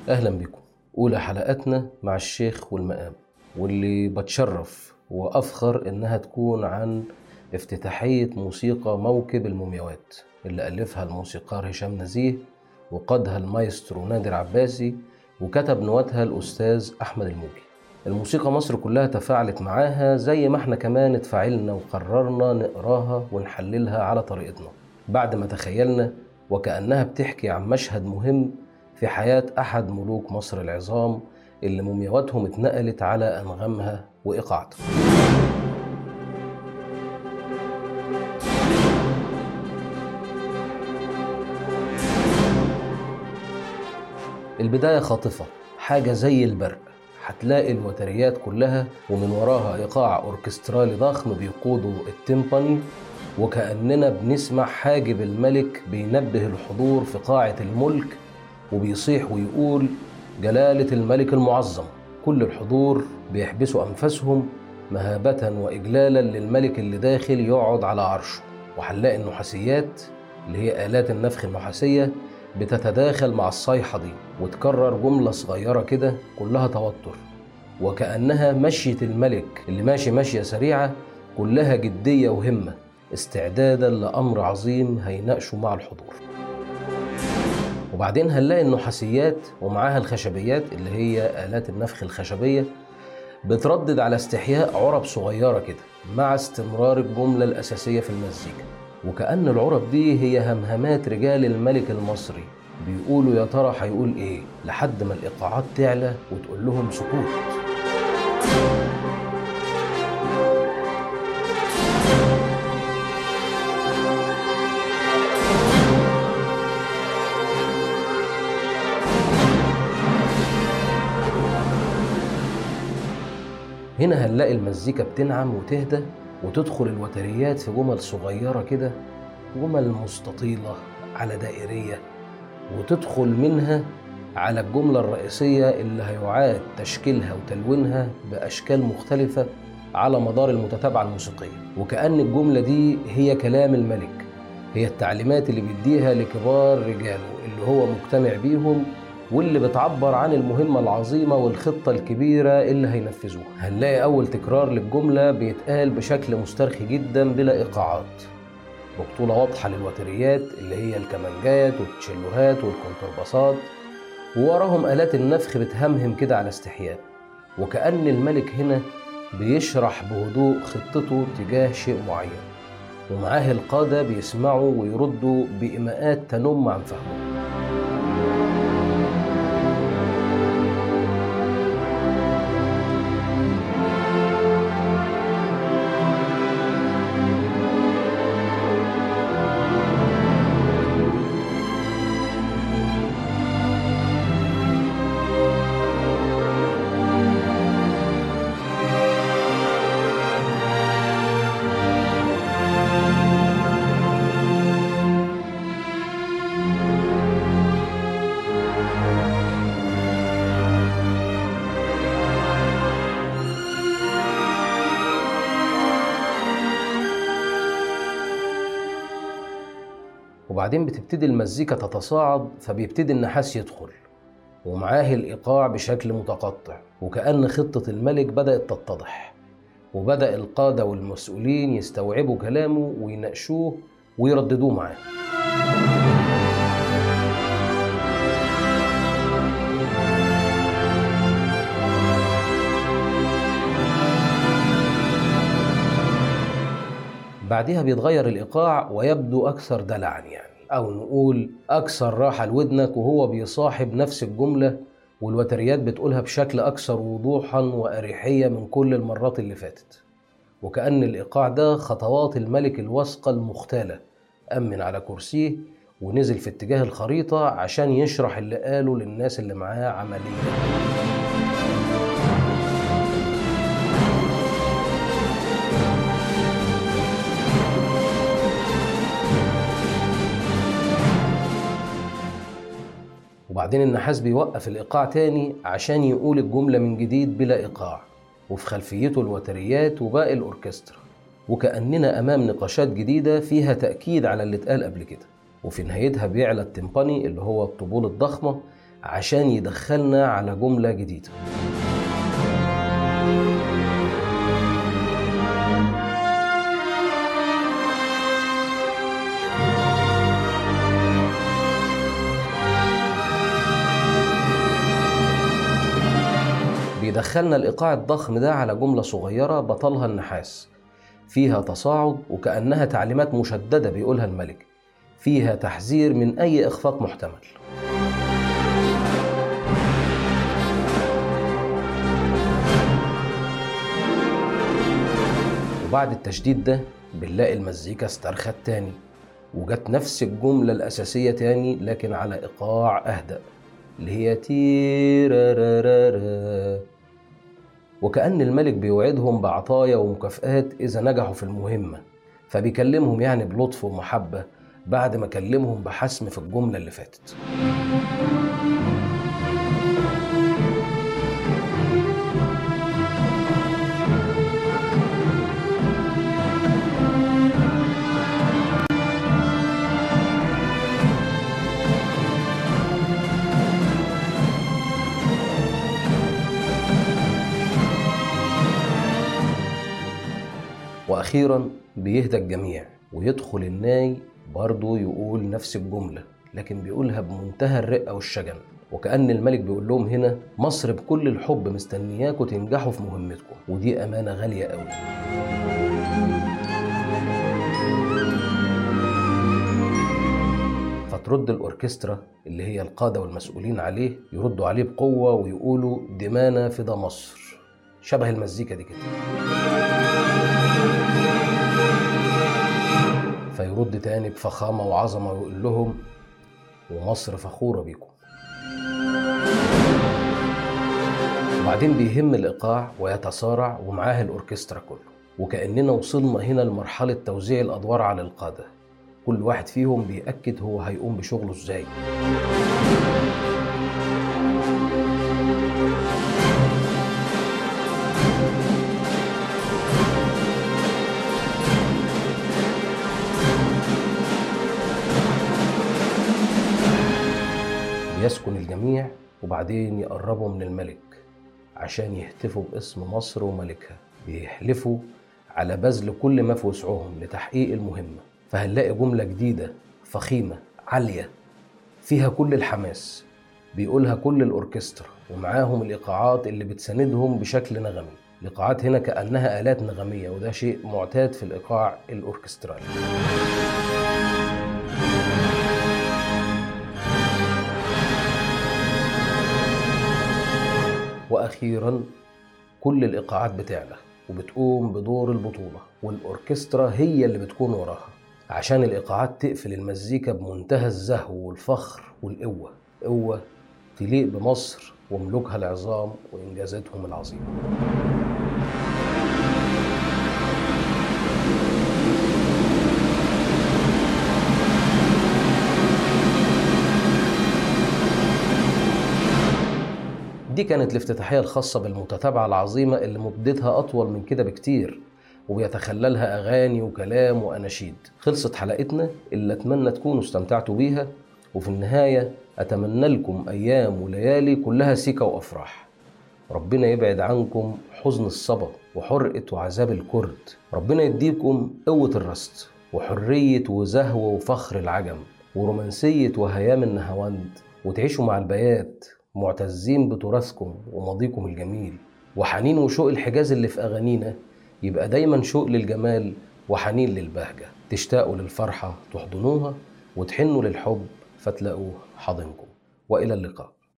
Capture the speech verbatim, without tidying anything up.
أهلا بكم. أولى حلقاتنا مع الشيخ والمقام، واللي بتشرف وأفخر إنها تكون عن افتتاحية موسيقى موكب المومياوات اللي ألفها الموسيقار هشام نزيه، وقادها المايسترو نادر عباسي، وكتب نواتها الأستاذ أحمد الموجي. الموسيقى مصر كلها تفاعلت معاها زي ما احنا كمان اتفاعلنا وقررنا نقراها ونحللها على طريقتنا، بعد ما تخيلنا وكأنها بتحكي عن مشهد مهم في حياة أحد ملوك مصر العظام اللي مومياواتهم اتنقلت على أنغامها وإيقاعاتها. البداية خاطفة، حاجة زي البرق، هتلاقي الوتريات كلها ومن وراها إيقاع أوركسترالي ضخم بيقوده التيمباني، وكأننا بنسمع حاجب الملك بينبه الحضور في قاعة الملك وبيصيح ويقول جلالة الملك المعظم. كل الحضور بيحبسوا أنفسهم مهابة وإجلالا للملك اللي داخل يقعد على عرشه. وهنلاقي النحاسيات اللي هي آلات النفخ النحاسية بتتداخل مع الصيحة دي، وتكرر جملة صغيرة كده كلها توتر، وكأنها مشية الملك اللي ماشي ماشية سريعة كلها جدية وهمة، استعدادا لأمر عظيم هيناقشه مع الحضور. وبعدين هنلاقي النحاسيات ومعاها الخشبيات اللي هي آلات النفخ الخشبية بتردد على استحياء عرب صغيرة كده مع استمرار الجملة الأساسية في المزيكا، وكأن العرب دي هي همهمات رجال الملك المصري بيقولوا يا ترى هيقول ايه، لحد ما الإيقاعات تعلى وتقول لهم سكوت. هنا هنلاقي المزيكا بتنعم وتهدى وتدخل الوتريات في جمل صغيرة كده، جمل مستطيلة على دائرية، وتدخل منها على الجملة الرئيسية اللي هيعاد تشكيلها وتلوينها بأشكال مختلفة على مدار المتتابعة الموسيقية. وكأن الجملة دي هي كلام الملك، هي التعليمات اللي بيديها لكبار رجاله اللي هو مجتمع بيهم، واللي بتعبر عن المهمة العظيمة والخطة الكبيرة اللي هينفذوها. هنلاقي أول تكرار للجملة بيتقال بشكل مسترخي جدا بلا إيقاعات، ببطولة واضحة للوتريات اللي هي الكمانجات والتشيلوهات والكونترباسات، ووراهم آلات النفخ بتهمهم كده على استحياء، وكأن الملك هنا بيشرح بهدوء خطته تجاه شيء معين، ومعاه القادة بيسمعوا ويردوا بإيماءات تنم عن فهمه. وبعدين بتبتدي المزيكا تتصاعد، فبيبتدي النحاس يدخل ومعاه الإيقاع بشكل متقطع، وكأن خطة الملك بدأت تتضح، وبدأ القادة والمسؤولين يستوعبوا كلامه ويناقشوه ويرددوه معاه. بعدها بيتغير الإيقاع ويبدو أكثر دلعا، يعني أو نقول أكثر راحة لودنك، وهو بيصاحب نفس الجملة والوتريات بتقولها بشكل أكثر وضوحا وأريحية من كل المرات اللي فاتت. وكأن الإيقاع ده خطوات الملك الواثقة المختالة أمن على كرسيه ونزل في اتجاه الخريطة عشان يشرح اللي قاله للناس اللي معاه عمليا. وبعدين النحاس بيوقف الإيقاع تاني عشان يقول الجملة من جديد بلا إيقاع، وفي خلفيته الوتريات وباقي الأوركسترا، وكأننا أمام نقاشات جديدة فيها تأكيد على اللي اتقال قبل كده. وفي نهايتها بيعلى التيمباني اللي هو الطبول الضخمة عشان يدخلنا على جملة جديدة. بيدخلنا الإيقاع الضخم ده على جملة صغيرة بطلها النحاس، فيها تصاعد وكأنها تعليمات مشددة بيقولها الملك، فيها تحذير من أي إخفاق محتمل. وبعد التشديد ده بنلاقي المزيكا استرخت تاني وجت نفس الجملة الأساسية تاني لكن على إيقاع أهدأ اللي هي تيرارارارا، وكأن الملك بيوعدهم بعطايا ومكافآت إذا نجحوا في المهمة، فبيكلمهم يعني بلطف ومحبة بعد ما كلمهم بحسم في الجملة اللي فاتت. وأخيرا بيهدى الجميع ويدخل الناي برضه يقول نفس الجملة لكن بيقولها بمنتهى الرقة والشجن، وكأن الملك بيقول لهم هنا مصر بكل الحب مستنياكم تنجحوا في مهمتكم، ودي أمانة غالية قوي. فترد الأوركسترا اللي هي القادة والمسؤولين عليه يردوا عليه بقوة ويقولوا دمانا فدا مصر، شبه المزيكا دي كده. فيرد تاني بفخامة وعظمة ويقول لهم ومصر فخورة بيكم. وبعدين بيهم الإيقاع ويتسارع ومعاه الأوركسترا كله، وكأننا وصلنا هنا لمرحلة توزيع الأدوار على القادة، كل واحد فيهم بيأكد هو هيقوم بشغله ازاي. يسكن الجميع وبعدين يقربوا من الملك عشان يهتفوا باسم مصر وملكها، بيحلفوا على بذل كل ما في وسعهم لتحقيق المهمة. فهنلاقي جملة جديدة فخيمة عالية فيها كل الحماس بيقولها كل الأوركسترا ومعاهم الإيقاعات اللي بتساندهم بشكل نغمي. الإيقاعات هنا كأنها آلات نغمية وده شيء معتاد في الإيقاع الأوركسترالي. وأخيراً كل الإيقاعات بتعلى وبتقوم بدور البطولة، والأوركسترا هي اللي بتكون وراها عشان الإيقاعات تقفل المزيكا بمنتهى الزهو والفخر والقوة، قوة تليق بمصر وملوكها العظام وإنجازاتهم العظيمة. دي كانت الافتتاحية الخاصة بالمتتابعة العظيمة اللي مدتها أطول من كده بكتير وبيتخللها أغاني وكلام وأناشيد. خلصت حلقتنا اللي أتمنى تكونوا استمتعتوا بيها، وفي النهاية أتمنى لكم أيام وليالي كلها سيكة وأفراح. ربنا يبعد عنكم حزن الصبا وحرقة وعذاب الكرد، ربنا يديكم قوة الرصد وحرية وزهو وفخر العجم ورومانسية وهيام النهاوند، وتعيشوا مع البيات معتزين بتراثكم وماضيكم الجميل، وحنين وشوق الحجاز اللي في أغانينا يبقى دايما شوق للجمال وحنين للبهجة. تشتاقوا للفرحة تحضنوها وتحنوا للحب فتلاقوه حاضنكم. وإلى اللقاء.